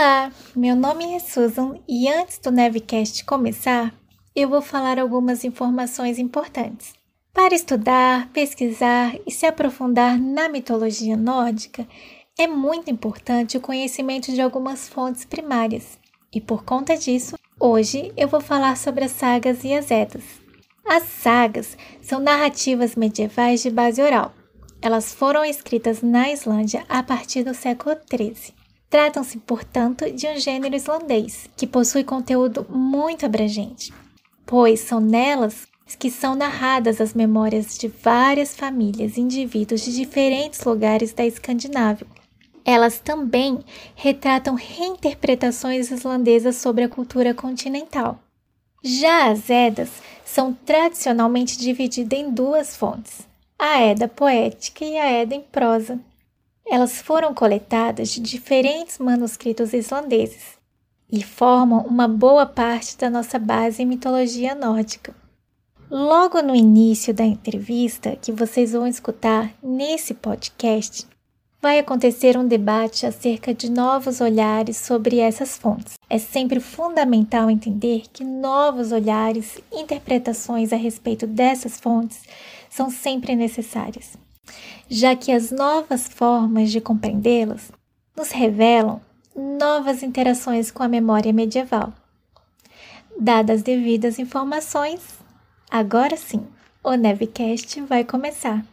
Olá, meu nome é Susan e antes do Nevcast começar, eu vou falar algumas informações importantes. Para estudar, pesquisar e se aprofundar na mitologia nórdica, é muito importante o conhecimento de algumas fontes primárias. E por conta disso, hoje eu vou falar sobre as sagas e as Eddas. As sagas são narrativas medievais de base oral. Elas foram escritas na Islândia a partir do século XIII. Tratam-se, portanto, de um gênero islandês, que possui conteúdo muito abrangente, pois são nelas que são narradas as memórias de várias famílias e indivíduos de diferentes lugares da Escandinávia. Elas também retratam reinterpretações islandesas sobre a cultura continental. Já as Eddas são tradicionalmente divididas em duas fontes, a Edda poética e a Edda em prosa. Elas foram coletadas de diferentes manuscritos islandeses e formam uma boa parte da nossa base em mitologia nórdica. Logo no início da entrevista que vocês vão escutar nesse podcast, vai acontecer um debate acerca de novos olhares sobre essas fontes. É sempre fundamental entender que novos olhares e interpretações a respeito dessas fontes são sempre necessárias, já que as novas formas de compreendê-las nos revelam novas interações com a memória medieval. Dadas as devidas informações, agora sim, o Nevcast vai começar.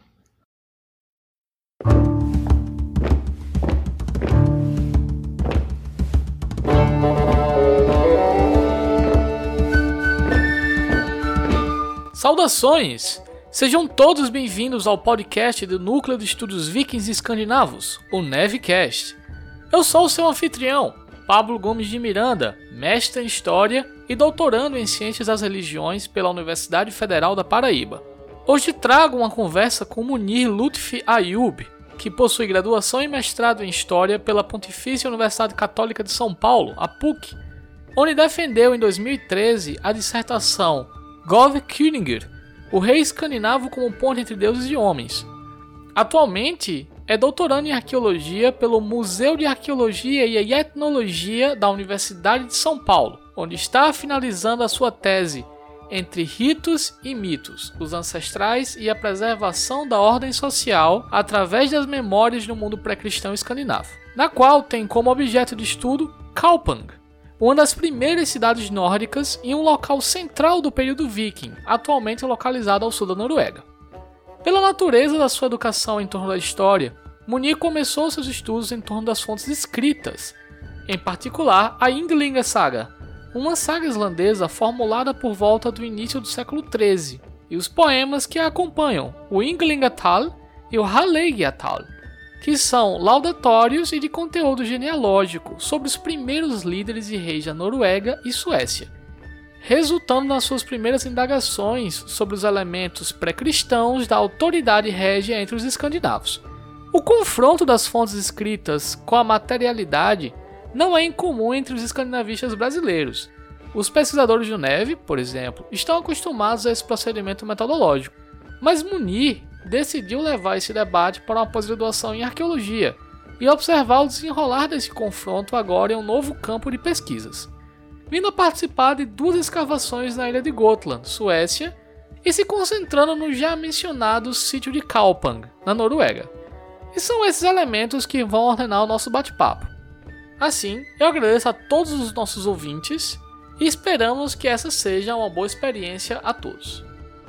Saudações! Sejam todos bem-vindos ao podcast do Núcleo de Estudos Vikings e Escandinavos, o Nevcast. Eu sou o seu anfitrião, Pablo Gomes de Miranda, mestre em História e doutorando em Ciências das Religiões pela Universidade Federal da Paraíba. Hoje trago uma conversa com Munir Lutfi Ayub, que possui graduação e mestrado em História pela Pontifícia Universidade Católica de São Paulo, a PUC, onde defendeu em 2013 a dissertação Govkyningr, o rei escandinavo como ponte entre deuses e homens. Atualmente, é doutorando em arqueologia pelo Museu de Arqueologia e Etnologia da Universidade de São Paulo, onde está finalizando a sua tese Entre Ritos e Mitos, os Ancestrais e a Preservação da Ordem Social através das Memórias no Mundo Pré-Cristão Escandinavo, na qual tem como objeto de estudo Kaupang, uma das primeiras cidades nórdicas e um local central do período viking, atualmente localizado ao sul da Noruega. Pela natureza da sua educação em torno da história, Munir começou seus estudos em torno das fontes escritas, em particular a Ynglinga Saga, uma saga islandesa formulada por volta do início do século XIII, e os poemas que a acompanham, o Ynglingatal e o Halegiatal, que são laudatórios e de conteúdo genealógico sobre os primeiros líderes e reis da Noruega e Suécia, resultando nas suas primeiras indagações sobre os elementos pré-cristãos da autoridade régia entre os escandinavos. O confronto das fontes escritas com a materialidade não é incomum entre os escandinavistas brasileiros. Os pesquisadores do Neve, por exemplo, estão acostumados a esse procedimento metodológico, mas Munir decidiu levar esse debate para uma pós-graduação em arqueologia e observar o desenrolar desse confronto agora em um novo campo de pesquisas, vindo a participar de 2 escavações na ilha de Gotland, Suécia, e se concentrando no já mencionado sítio de Kaupang, na Noruega. E são esses elementos que vão ordenar o nosso bate-papo. Assim, eu agradeço a todos os nossos ouvintes e esperamos que essa seja uma boa experiência a todos.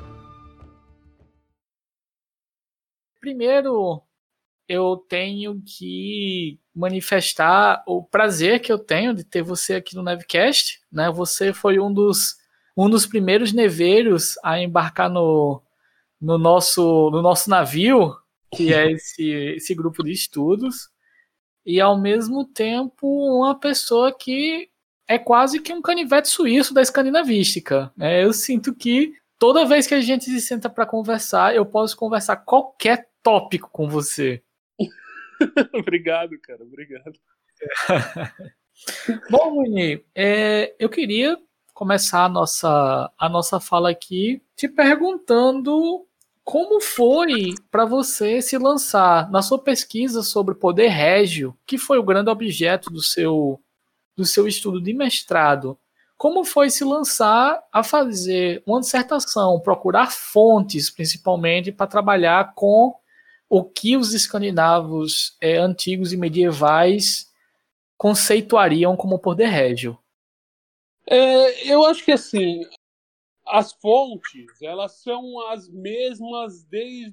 Primeiro, eu tenho que manifestar o prazer que eu tenho de ter você aqui no Nevcast, né? Você foi um dos primeiros neveiros a embarcar no nosso navio, que é esse grupo de estudos, e ao mesmo tempo uma pessoa que é quase que um canivete suíço da escandinavística, né? Eu sinto que toda vez que a gente se senta para conversar, eu posso conversar qualquer tópico com você. Obrigado, cara, obrigado. Bom, Munir, eu queria começar a nossa fala aqui te perguntando como foi para você se lançar na sua pesquisa sobre poder régio, que foi o grande objeto do seu do seu estudo de mestrado, como foi se lançar a fazer uma dissertação, procurar fontes, principalmente, para trabalhar com o que os escandinavos antigos e medievais conceituariam como poder régio? Eu acho que, assim, as fontes, elas são as mesmas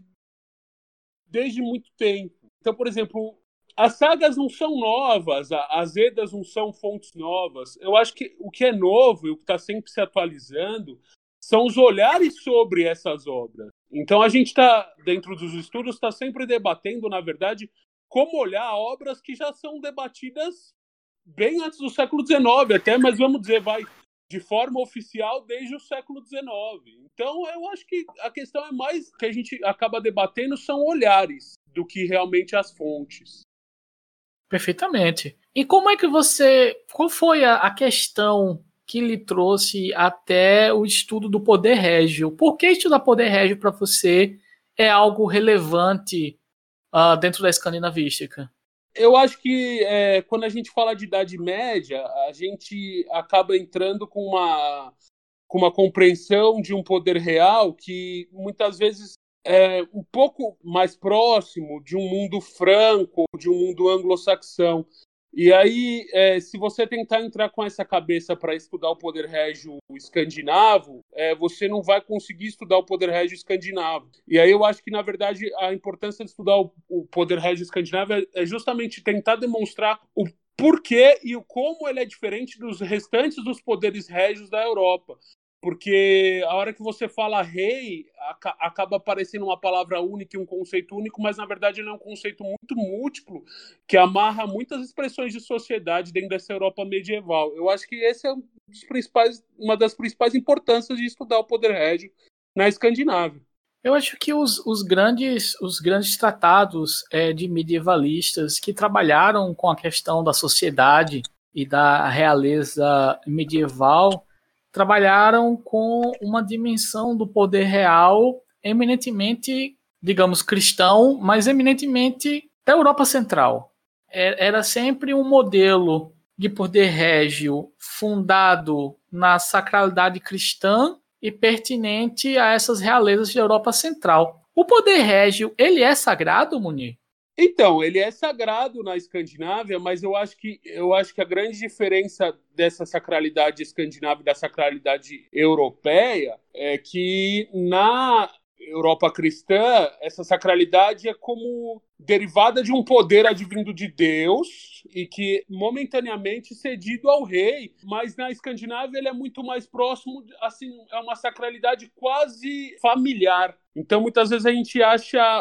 desde muito tempo. Então, por exemplo, as sagas não são novas, as Edas não são fontes novas. Eu acho que o que é novo e o que está sempre se atualizando são os olhares sobre essas obras. Então, a gente está, dentro dos estudos, está sempre debatendo, na verdade, como olhar obras que já são debatidas bem antes do século XIX, até, mas vamos dizer, de forma oficial desde o século XIX. Então, eu acho que a questão é mais que a gente acaba debatendo são olhares do que realmente as fontes. Perfeitamente. E como é que qual foi a questão que lhe trouxe até o estudo do poder régio? Por que estudar poder régio para você é algo relevante dentro da escandinavística? Eu acho que quando a gente fala de Idade Média, a gente acaba entrando com uma compreensão de um poder real que muitas vezes é um pouco mais próximo de um mundo franco, de um mundo anglo-saxão. E aí, se você tentar entrar com essa cabeça para estudar o poder régio escandinavo, você não vai conseguir estudar o poder régio escandinavo. E aí eu acho que, na verdade, a importância de estudar o poder régio escandinavo é justamente tentar demonstrar o porquê e o como ele é diferente dos restantes dos poderes régios da Europa. Porque a hora que você fala rei, acaba aparecendo uma palavra única e um conceito único, mas na verdade ele é um conceito muito múltiplo que amarra muitas expressões de sociedade dentro dessa Europa medieval. Eu acho que esse é uma das principais importâncias de estudar o poder régio na Escandinávia. Eu acho que os grandes tratados de medievalistas que trabalharam com a questão da sociedade e da realeza medieval trabalharam com uma dimensão do poder real eminentemente, digamos, cristão, mas eminentemente da Europa Central. Era sempre um modelo de poder régio fundado na sacralidade cristã e pertinente a essas realezas da Europa Central. O poder régio, ele é sagrado, Munir? Então, ele é sagrado na Escandinávia, mas eu acho que a grande diferença dessa sacralidade escandinava e da sacralidade europeia é que na Europa cristã, essa sacralidade é como derivada de um poder advindo de Deus e que momentaneamente cedido ao rei, mas na Escandinávia ele é muito mais próximo, assim, é uma sacralidade quase familiar. Então, muitas vezes a gente acha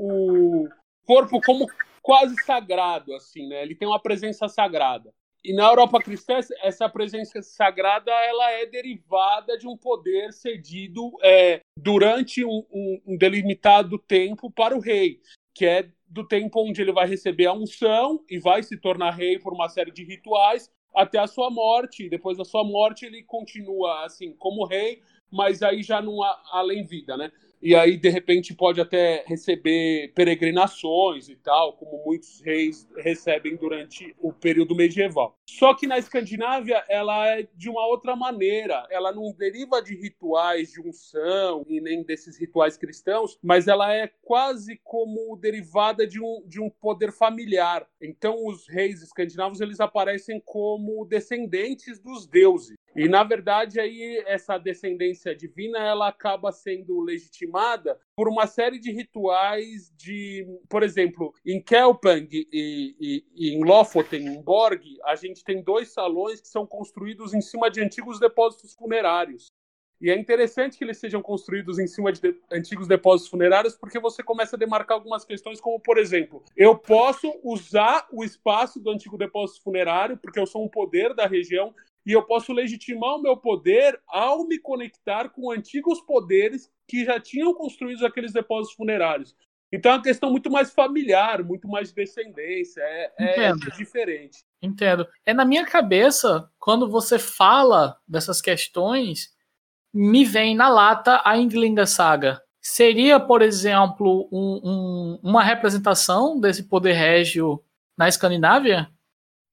o corpo como quase sagrado, assim, né? Ele tem uma presença sagrada. E na Europa cristã, essa presença sagrada ela é derivada de um poder cedido durante um delimitado tempo para o rei, que é do tempo onde ele vai receber a unção e vai se tornar rei por uma série de rituais até a sua morte. E depois da sua morte ele continua assim como rei, mas aí já não há além vida, né? E aí, de repente, pode até receber peregrinações e tal, como muitos reis recebem durante o período medieval. Só que na Escandinávia, ela é de uma outra maneira. Ela não deriva de rituais de unção e nem desses rituais cristãos, mas ela é quase como derivada de um poder familiar. Então, os reis escandinavos, eles aparecem como descendentes dos deuses. E, na verdade, aí essa descendência divina ela acaba sendo legitimada por uma série de rituais de... Por exemplo, em Kelpang e em Lofoten, em Borg, a gente tem 2 salões que são construídos em cima de antigos depósitos funerários. E é interessante que eles sejam construídos em cima de antigos depósitos funerários porque você começa a demarcar algumas questões como, por exemplo, eu posso usar o espaço do antigo depósito funerário porque eu sou um poder da região e eu posso legitimar o meu poder ao me conectar com antigos poderes que já tinham construído aqueles depósitos funerários. Então é uma questão muito mais familiar, muito mais de descendência, é diferente. Entendo. Na minha cabeça, quando você fala dessas questões, me vem na lata a Ynglinga Saga. Seria, por exemplo, uma representação desse poder régio na Escandinávia?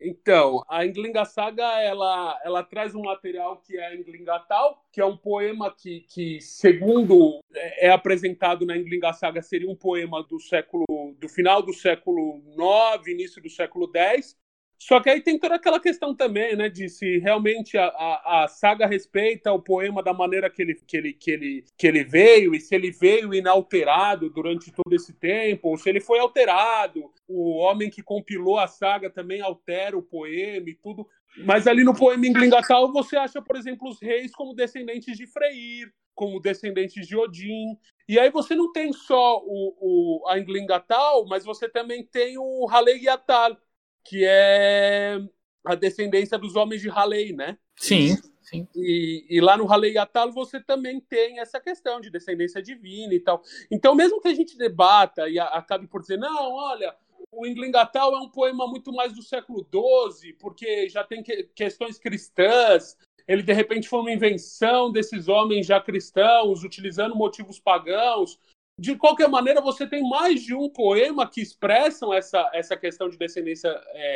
Então, a Ynglinga Saga, ela traz um material que é a Ynglinga Tal, que é um poema que, segundo é apresentado na Ynglinga Saga, seria um poema do final do século IX, início do século X. Só que aí tem toda aquela questão também, né, de se realmente a saga respeita o poema da maneira que ele veio, e se ele veio inalterado durante todo esse tempo, ou se ele foi alterado. O homem que compilou a saga também altera o poema e tudo. Mas ali no poema Ynglinga Tal você acha, por exemplo, os reis como descendentes de Freyr, como descendentes de Odin. E aí você não tem só a Ynglinga Tal, mas você também tem o Halei Yatal, que é a descendência dos homens de Halei, né? Sim. E lá no Halei Yatal você também tem essa questão de descendência divina e tal. Então, mesmo que a gente debata e acabe por dizer, não, olha, o Ynglinga Tal é um poema muito mais do século XII, porque já tem questões cristãs, ele de repente foi uma invenção desses homens já cristãos, utilizando motivos pagãos. De qualquer maneira, você tem mais de um poema que expressam essa questão de descendência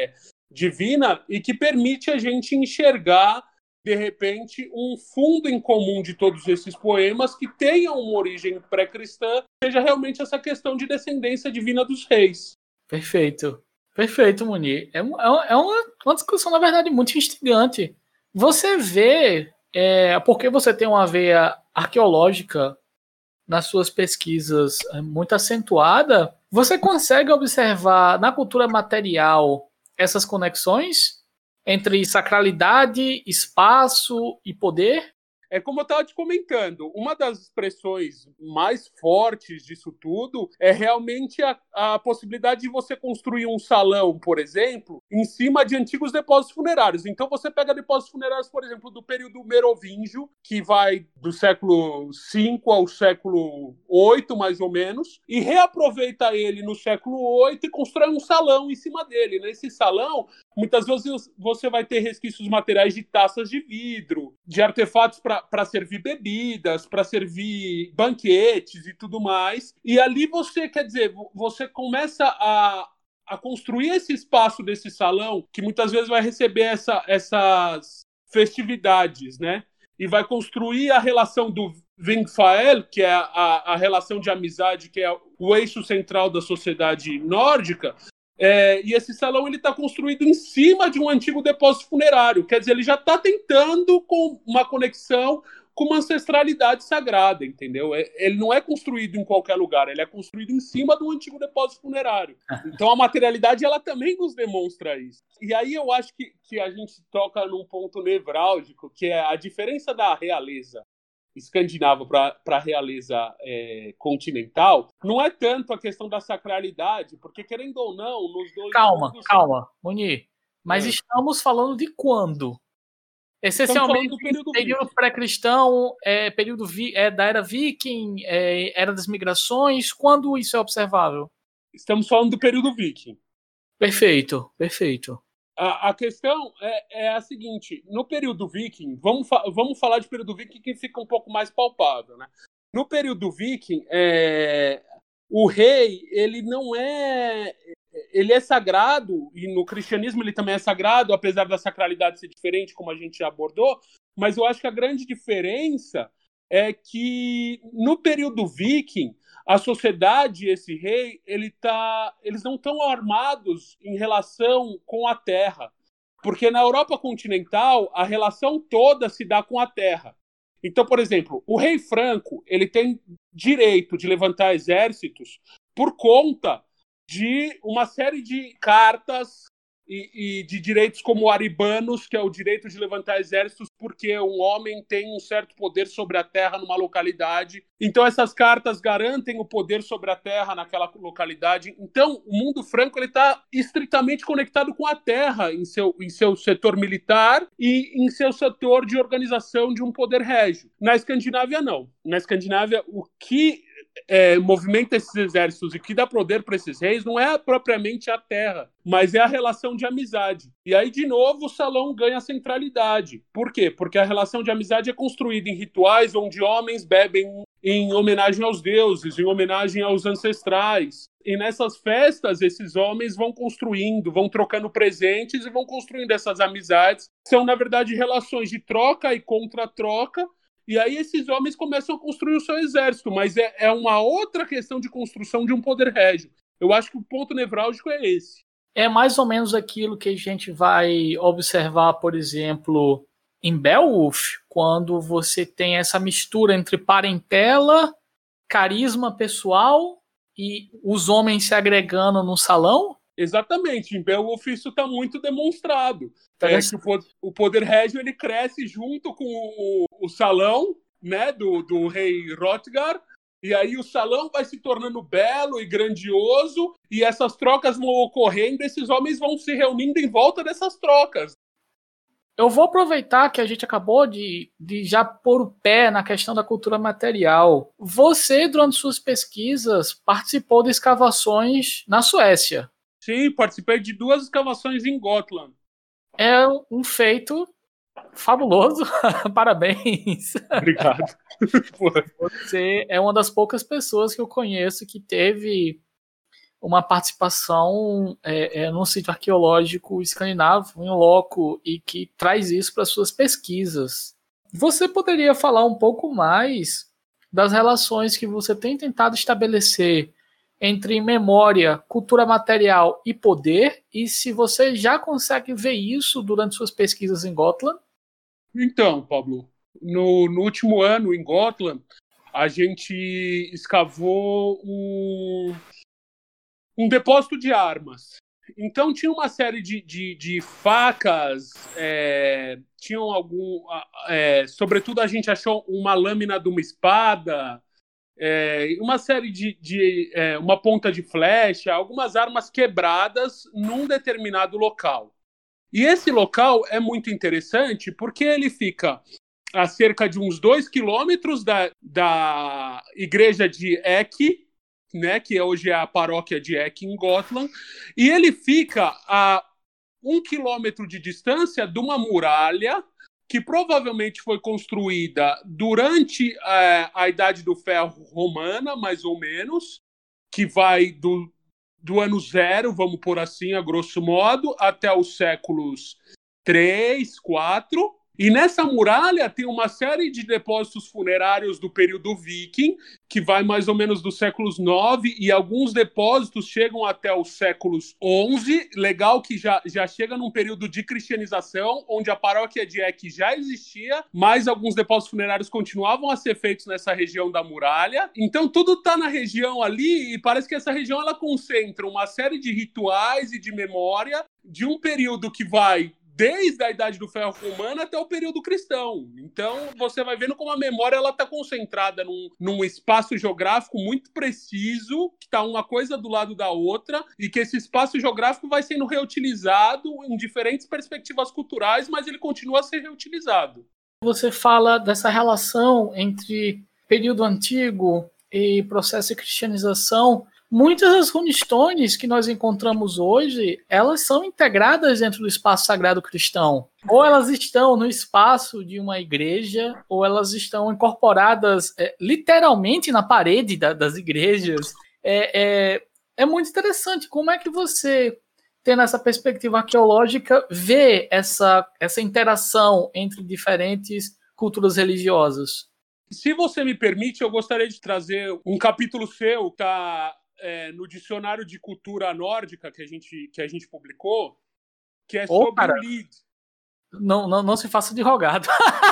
divina e que permite a gente enxergar, de repente, um fundo em comum de todos esses poemas que tenham uma origem pré-cristã, seja realmente essa questão de descendência divina dos reis. Perfeito. Perfeito, Munir. É uma discussão, na verdade, muito instigante. Você vê, porque você tem uma veia arqueológica nas suas pesquisas muito acentuada, você consegue observar na cultura material essas conexões entre sacralidade, espaço e poder? É como eu estava te comentando, uma das expressões mais fortes disso tudo é realmente a possibilidade de você construir um salão, por exemplo, em cima de antigos depósitos funerários. Então você pega depósitos funerários, por exemplo, do período merovingio, que vai do século V ao século VIII, mais ou menos, e reaproveita ele no século VIII e constrói um salão em cima dele. Nesse salão, muitas vezes você vai ter resquícios materiais de taças de vidro, de artefatos para servir bebidas, para servir banquetes e tudo mais. E ali você começa a construir esse espaço desse salão, que muitas vezes vai receber essas festividades, né? E vai construir a relação do Vingfael, que é a relação de amizade, que é o eixo central da sociedade nórdica. E esse salão está construído em cima de um antigo depósito funerário. Quer dizer, ele já está tentando com uma conexão com uma ancestralidade sagrada, entendeu? Ele não é construído em qualquer lugar, ele é construído em cima de um antigo depósito funerário. Então a materialidade, ela também nos demonstra isso. E aí eu acho que a gente toca num ponto nevrálgico, que é a diferença da realeza escandinava para a realeza continental, não é tanto a questão da sacralidade, porque, querendo ou não, nos dois... Calma, Munir. Mas estamos falando de quando? Essencialmente, período pré-cristão, período da era viking, era das migrações. Quando isso é observável? Estamos falando do período viking. Perfeito. A questão é a seguinte: no período viking, vamos falar de período viking que fica um pouco mais palpável, né? No período viking, o rei, ele não é... Ele é sagrado, e no cristianismo ele também é sagrado, apesar da sacralidade ser diferente, como a gente já abordou, mas eu acho que a grande diferença é que no período viking, a sociedade, esse rei, eles não estão armados em relação com a terra, porque na Europa continental a relação toda se dá com a terra. Então, por exemplo, o rei Franco, ele tem direito de levantar exércitos por conta de uma série de cartas e de direitos como o Aribanos, que é o direito de levantar exércitos porque um homem tem um certo poder sobre a terra numa localidade. Então essas cartas garantem o poder sobre a terra naquela localidade. Então o mundo franco está estritamente conectado com a terra em seu setor militar e em seu setor de organização de um poder régio. Na Escandinávia, não. Na Escandinávia, o que movimenta esses exércitos e que dá poder para esses reis não é propriamente a terra, mas é a relação de amizade. E aí, de novo, o salão ganha centralidade. Por quê? Porque a relação de amizade é construída em rituais onde homens bebem em homenagem aos deuses, em homenagem aos ancestrais. E nessas festas, esses homens vão construindo, vão trocando presentes e vão construindo essas amizades. São, na verdade, relações de troca e contra-troca. E aí esses homens começam a construir o seu exército. Mas é uma outra questão de construção de um poder régio. Eu acho que o ponto nevrálgico é esse. É mais ou menos aquilo que a gente vai observar, por exemplo, em Beowulf, quando você tem essa mistura entre parentela, carisma pessoal e os homens se agregando no salão? Exatamente, em Beowulf isso está muito demonstrado. Que o poder régio ele cresce junto com o salão, né, do rei Hrothgar, e aí o salão vai se tornando belo e grandioso, e essas trocas vão ocorrendo, esses homens vão se reunindo em volta dessas trocas. Eu vou aproveitar que a gente acabou de já pôr o pé na questão da cultura material. Você, durante suas pesquisas, participou de escavações na Suécia. Sim, participei de 2 escavações em Gotland. É um feito fabuloso. Parabéns. Obrigado. Você é uma das poucas pessoas que eu conheço que teve uma participação num sítio arqueológico escandinavo, em loco, e que traz isso para suas pesquisas. Você poderia falar um pouco mais das relações que você tem tentado estabelecer entre memória, cultura material e poder, e se você já consegue ver isso durante suas pesquisas em Gotland? Então, Pablo, no último ano em Gotland, a gente escavou um depósito de armas. Então tinha uma série de facas, tinham sobretudo a gente achou uma lâmina de uma espada, uma série uma ponta de flecha, algumas armas quebradas num determinado local. E esse local é muito interessante porque ele fica a cerca de uns 2 quilômetros da igreja de Eck, né, que hoje é a paróquia de Eck em Gotland, e ele fica a 1 quilômetro de distância de uma muralha que provavelmente foi construída durante a Idade do Ferro romana, mais ou menos, que vai do ano 0, vamos pôr assim, a grosso modo, até os séculos 3, 4. E nessa muralha tem uma série de depósitos funerários do período viking, que vai mais ou menos dos séculos 9, e alguns depósitos chegam até os séculos 11. Legal que já chega num período de cristianização, onde a paróquia de Eck já existia, mas alguns depósitos funerários continuavam a ser feitos nessa região da muralha. Então tudo está na região ali, e parece que essa região ela concentra uma série de rituais e de memória de um período que vai desde a Idade do Ferro romana até o período cristão. Então, você vai vendo como a memória está concentrada num espaço geográfico muito preciso, que está uma coisa do lado da outra, e que esse espaço geográfico vai sendo reutilizado em diferentes perspectivas culturais, mas ele continua a ser reutilizado. Você fala dessa relação entre período antigo e processo de cristianização. Muitas das runestones que nós encontramos hoje, elas são integradas dentro do espaço sagrado cristão. Ou elas estão no espaço de uma igreja, ou elas estão incorporadas literalmente na parede das igrejas. É muito interessante. Como é que você, tendo essa perspectiva arqueológica, vê essa interação entre diferentes culturas religiosas? Se você me permite, eu gostaria de trazer um capítulo seu, tá? No Dicionário de Cultura Nórdica que a gente publicou, que é sobre o Lid. Não se faça de rogado.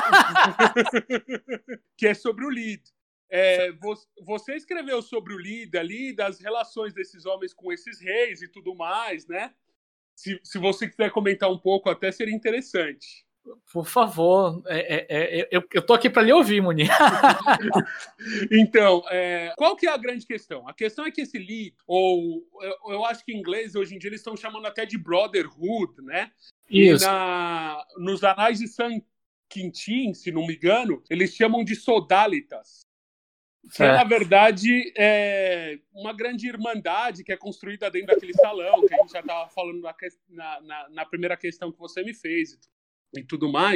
Que é sobre o Lid. Você escreveu sobre o Lid ali, das relações desses homens com esses reis e tudo mais, né? Se você quiser comentar um pouco, até seria interessante. Por favor, eu tô aqui para lhe ouvir, Muni. Então, qual que é a grande questão? A questão é que esse Lid, ou eu acho que em inglês hoje em dia eles estão chamando até de Brotherhood, né? Isso. E nos anais de San Quintin, se não me engano, eles chamam de Sodalitas. Que na verdade é uma grande irmandade que é construída dentro daquele salão, que a gente já estava falando na primeira questão que você me fez e tudo mais.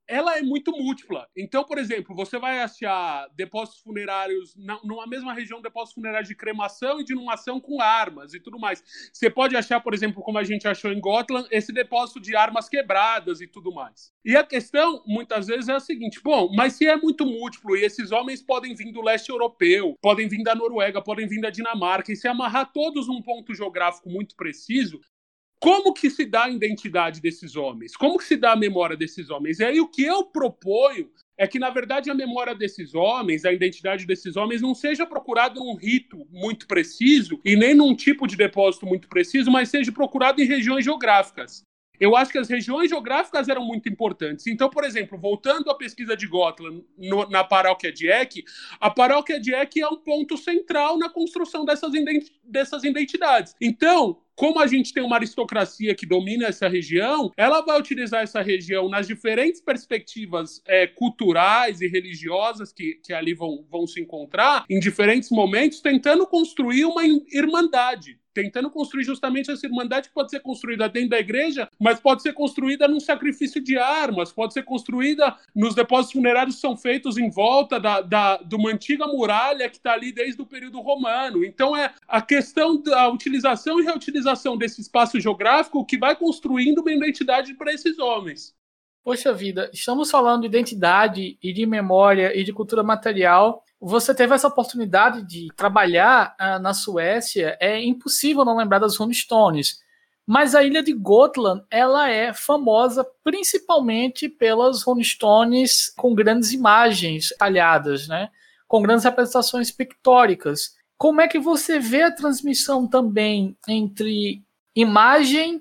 ela é muito múltipla. Então, por exemplo, você vai achar depósitos funerários numa mesma região, depósitos funerários de cremação e de inumação com armas e tudo mais. Você pode achar, por exemplo, como a gente achou em Gotland, esse depósito de armas quebradas e tudo mais. E a questão, muitas vezes, é a seguinte: bom, mas se é muito múltiplo e esses homens podem vir do leste europeu, podem vir da Noruega, podem vir da Dinamarca, e se amarrar todos num ponto geográfico muito preciso, como que se dá a identidade desses homens? Como que se dá a memória desses homens? E aí o que eu proponho é que, na verdade, a memória desses homens, a identidade desses homens não seja procurada num rito muito preciso e nem num tipo de depósito muito preciso, mas seja procurada em regiões geográficas. Eu acho que as regiões geográficas eram muito importantes. Então, por exemplo, voltando à pesquisa de Gotland na paróquia de Eck, a paróquia de Eck é um ponto central na construção dessas identidades. Então, como a gente tem uma aristocracia que domina essa região, ela vai utilizar essa região nas diferentes perspectivas culturais e religiosas que ali vão se encontrar em diferentes momentos, tentando construir uma irmandade. Tentando construir justamente essa irmandade que pode ser construída dentro da igreja, mas pode ser construída num sacrifício de armas, pode ser construída nos depósitos funerários que são feitos em volta de uma antiga muralha que está ali desde o período romano. Então é a questão da utilização e reutilização desse espaço geográfico que vai construindo uma identidade para esses homens. Poxa vida, estamos falando de identidade e de memória e de cultura material. Você teve essa oportunidade de trabalhar na Suécia, é impossível não lembrar das Rune Stones. Mas a ilha de Gotland, ela é famosa principalmente pelas Rune Stones com grandes imagens talhadas, né? Com grandes representações pictóricas. Como é que você vê a transmissão também entre imagem,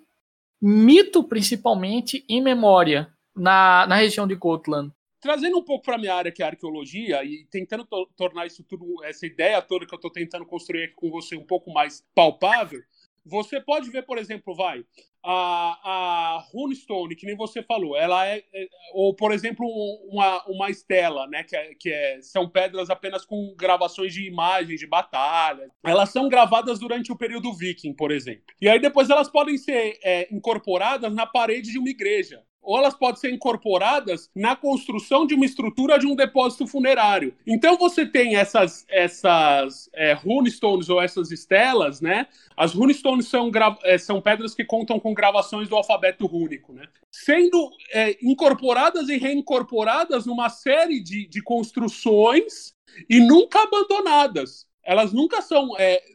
mito principalmente, e memória na região de Gotland? Trazendo um pouco para a minha área, que é a arqueologia, e tentando tornar isso tudo, essa ideia toda que eu estou tentando construir aqui com você um pouco mais palpável, você pode ver, por exemplo, a Rune Stone, que nem você falou, ela ou, por exemplo, uma estela, né, são pedras apenas com gravações de imagens de batalha. Elas são gravadas durante o período viking, por exemplo. E aí depois elas podem ser incorporadas na parede de uma igreja. Ou elas podem ser incorporadas na construção de uma estrutura de um depósito funerário. Então você tem essas Rune Stones ou essas estelas, né? As Rune Stones são pedras que contam com gravações do alfabeto rúnico, né? Sendo incorporadas e reincorporadas numa série de construções e nunca abandonadas. Elas nunca são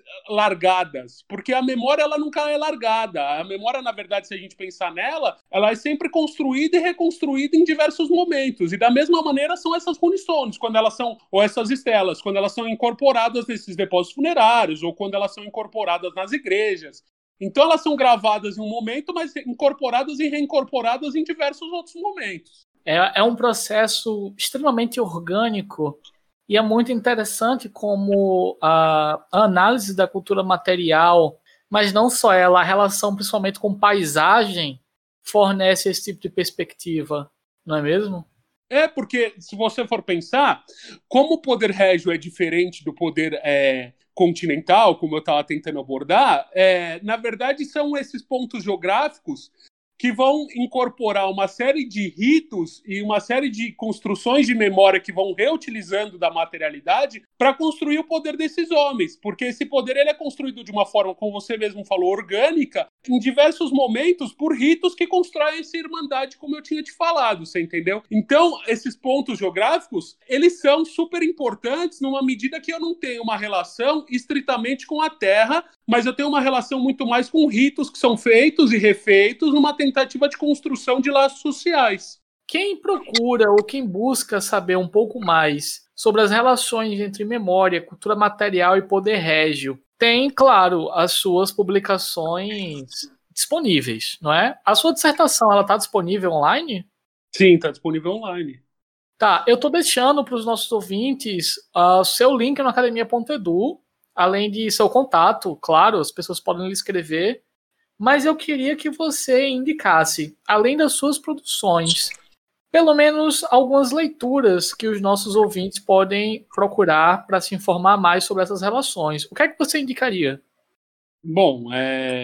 largadas, porque a memória ela nunca é largada. A memória, na verdade, se a gente pensar nela, ela é sempre construída e reconstruída em diversos momentos. E da mesma maneira são essas Rune Stones, quando elas são, ou essas estelas, quando elas são incorporadas nesses depósitos funerários, ou quando elas são incorporadas nas igrejas. Então elas são gravadas em um momento, mas incorporadas e reincorporadas em diversos outros momentos. É um processo extremamente orgânico. E é muito interessante como a análise da cultura material, mas não só ela, a relação principalmente com paisagem, fornece esse tipo de perspectiva, não é mesmo? Porque se você for pensar, como o poder régio é diferente do poder continental, como eu estava tentando abordar, na verdade são esses pontos geográficos que vão incorporar uma série de ritos e uma série de construções de memória que vão reutilizando da materialidade para construir o poder desses homens, porque esse poder ele é construído de uma forma, como você mesmo falou, orgânica, em diversos momentos por ritos que constroem essa irmandade, como eu tinha te falado, você entendeu? Então, esses pontos geográficos, eles são super importantes numa medida que eu não tenho uma relação estritamente com a Terra, mas eu tenho uma relação muito mais com ritos que são feitos e refeitos numa tentativa de construção de laços sociais. Quem procura ou quem busca saber um pouco mais sobre as relações entre memória, cultura material e poder régio, tem, claro, as suas publicações disponíveis, não é? A sua dissertação, ela está disponível online? Sim, está disponível online. Tá, eu estou deixando para os nossos ouvintes seu link no academia.edu, além de seu contato, claro, as pessoas podem lhe escrever, mas eu queria que você indicasse, além das suas produções, pelo menos algumas leituras que os nossos ouvintes podem procurar para se informar mais sobre essas relações. O que é que você indicaria? Bom,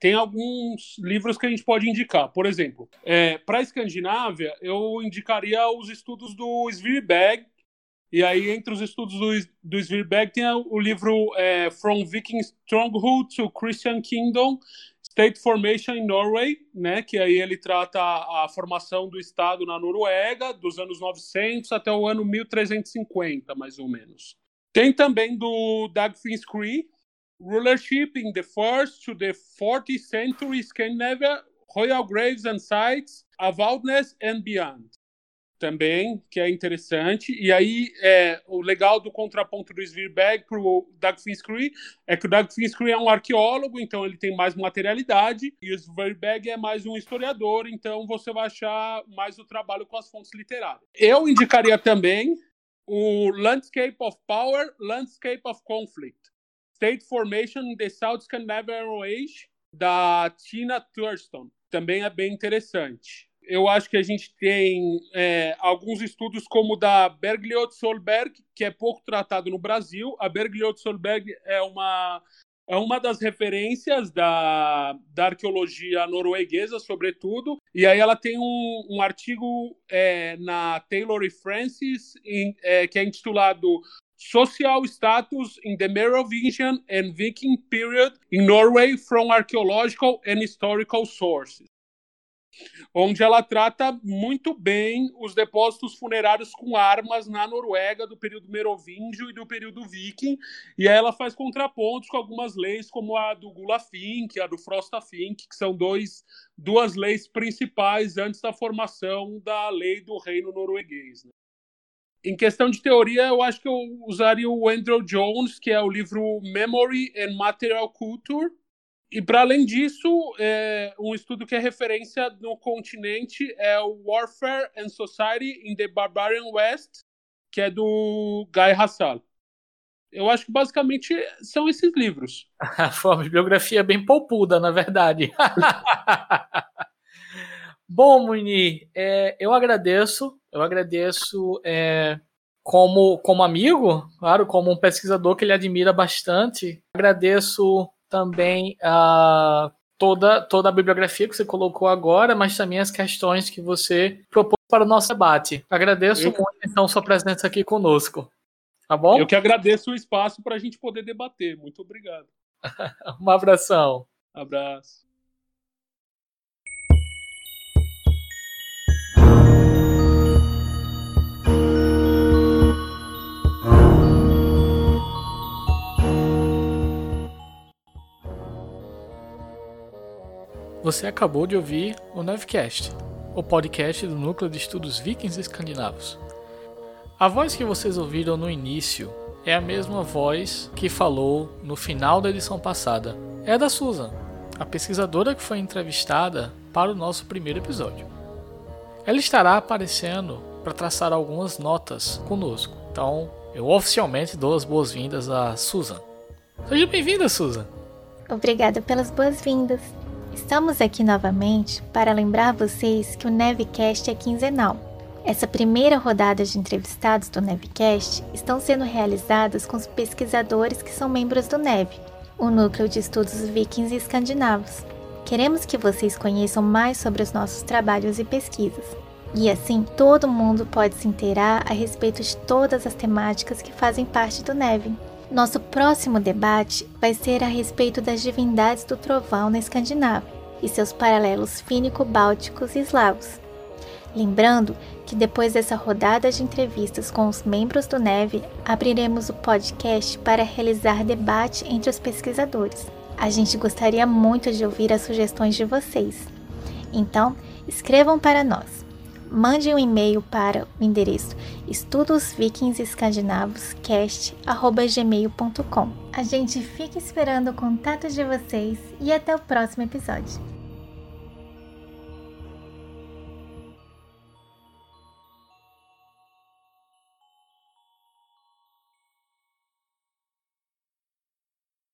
tem alguns livros que a gente pode indicar. Por exemplo, para a Escandinávia, eu indicaria os estudos do Svirberg. E aí, entre os estudos do Svirberg, tem o livro From Viking Stronghold to Christian Kingdom, State Formation in Norway, né, que aí ele trata a formação do Estado na Noruega, dos anos 900 até o ano 1350, mais ou menos. Tem também do Dagfinn Scree, Rulership in the 1st to the 40th Century Scandinavia, Royal Graves and Sites, Avaldnes and Beyond. Também, que é interessante. E aí, o legal do contraponto do Svirberg para o Dagfinn Scree é que o Dagfinn Scree é um arqueólogo, então ele tem mais materialidade, e o Svirberg é mais um historiador, então você vai achar mais o trabalho com as fontes literárias. Eu indicaria também o Landscape of Power, Landscape of Conflict, State Formation in the South Scandinavian Age, da Tina Thurston. Também é bem interessante. Eu acho que a gente tem alguns estudos como o da Bergljot Solberg, que é pouco tratado no Brasil. A Bergljot Solberg é uma das referências da arqueologia norueguesa, sobretudo. E aí ela tem um artigo na Taylor e Francis, que é intitulado Social Status in the Merovingian and Viking Period in Norway from Archaeological and Historical Sources, onde ela trata muito bem os depósitos funerários com armas na Noruega do período merovingio e do período viking, e aí ela faz contrapontos com algumas leis, como a do Gulafink e a do Frostafink, que são duas leis principais antes da formação da lei do reino norueguês, né? Em questão de teoria, eu acho que eu usaria o Andrew Jones, que é o livro Memory and Material Culture. E, para além disso, um estudo que é referência no continente é o Warfare and Society in the Barbarian West, que é do Guy Hassall. Eu acho que, basicamente, são esses livros. Foi uma bibliografia bem poupuda, na verdade. Bom, Munir, eu agradeço como amigo, claro, como um pesquisador que ele admira bastante. Agradeço também toda a bibliografia que você colocou agora, mas também as questões que você propôs para o nosso debate. Agradeço muito, então, sua presença aqui conosco. Tá bom? Eu que agradeço o espaço para a gente poder debater. Muito obrigado. Um abração. Abraço. Você acabou de ouvir o Nevcast, o podcast do Núcleo de Estudos Vikings Escandinavos. A voz que vocês ouviram no início é a mesma voz que falou no final da edição passada. É a da Susan, a pesquisadora que foi entrevistada para o nosso primeiro episódio. Ela estará aparecendo para traçar algumas notas conosco. Então, eu oficialmente dou as boas-vindas a Susan. Seja bem-vinda, Susan! Obrigada pelas boas-vindas. Estamos aqui novamente para lembrar vocês que o Nevcast é quinzenal. Essa primeira rodada de entrevistados do Nevcast estão sendo realizadas com os pesquisadores que são membros do NEV, o Núcleo de Estudos Vikings e Escandinavos. Queremos que vocês conheçam mais sobre os nossos trabalhos e pesquisas. E assim, todo mundo pode se inteirar a respeito de todas as temáticas que fazem parte do NEV. Nosso próximo debate vai ser a respeito das divindades do trovão na Escandinávia e seus paralelos fínico-bálticos e eslavos. Lembrando que depois dessa rodada de entrevistas com os membros do NEV, abriremos o podcast para realizar debate entre os pesquisadores. A gente gostaria muito de ouvir as sugestões de vocês. Então, escrevam para nós. Mande um e-mail para o endereço estudosvikingsescandinavoscast@gmail.com. A gente fica esperando o contato de vocês e até o próximo episódio.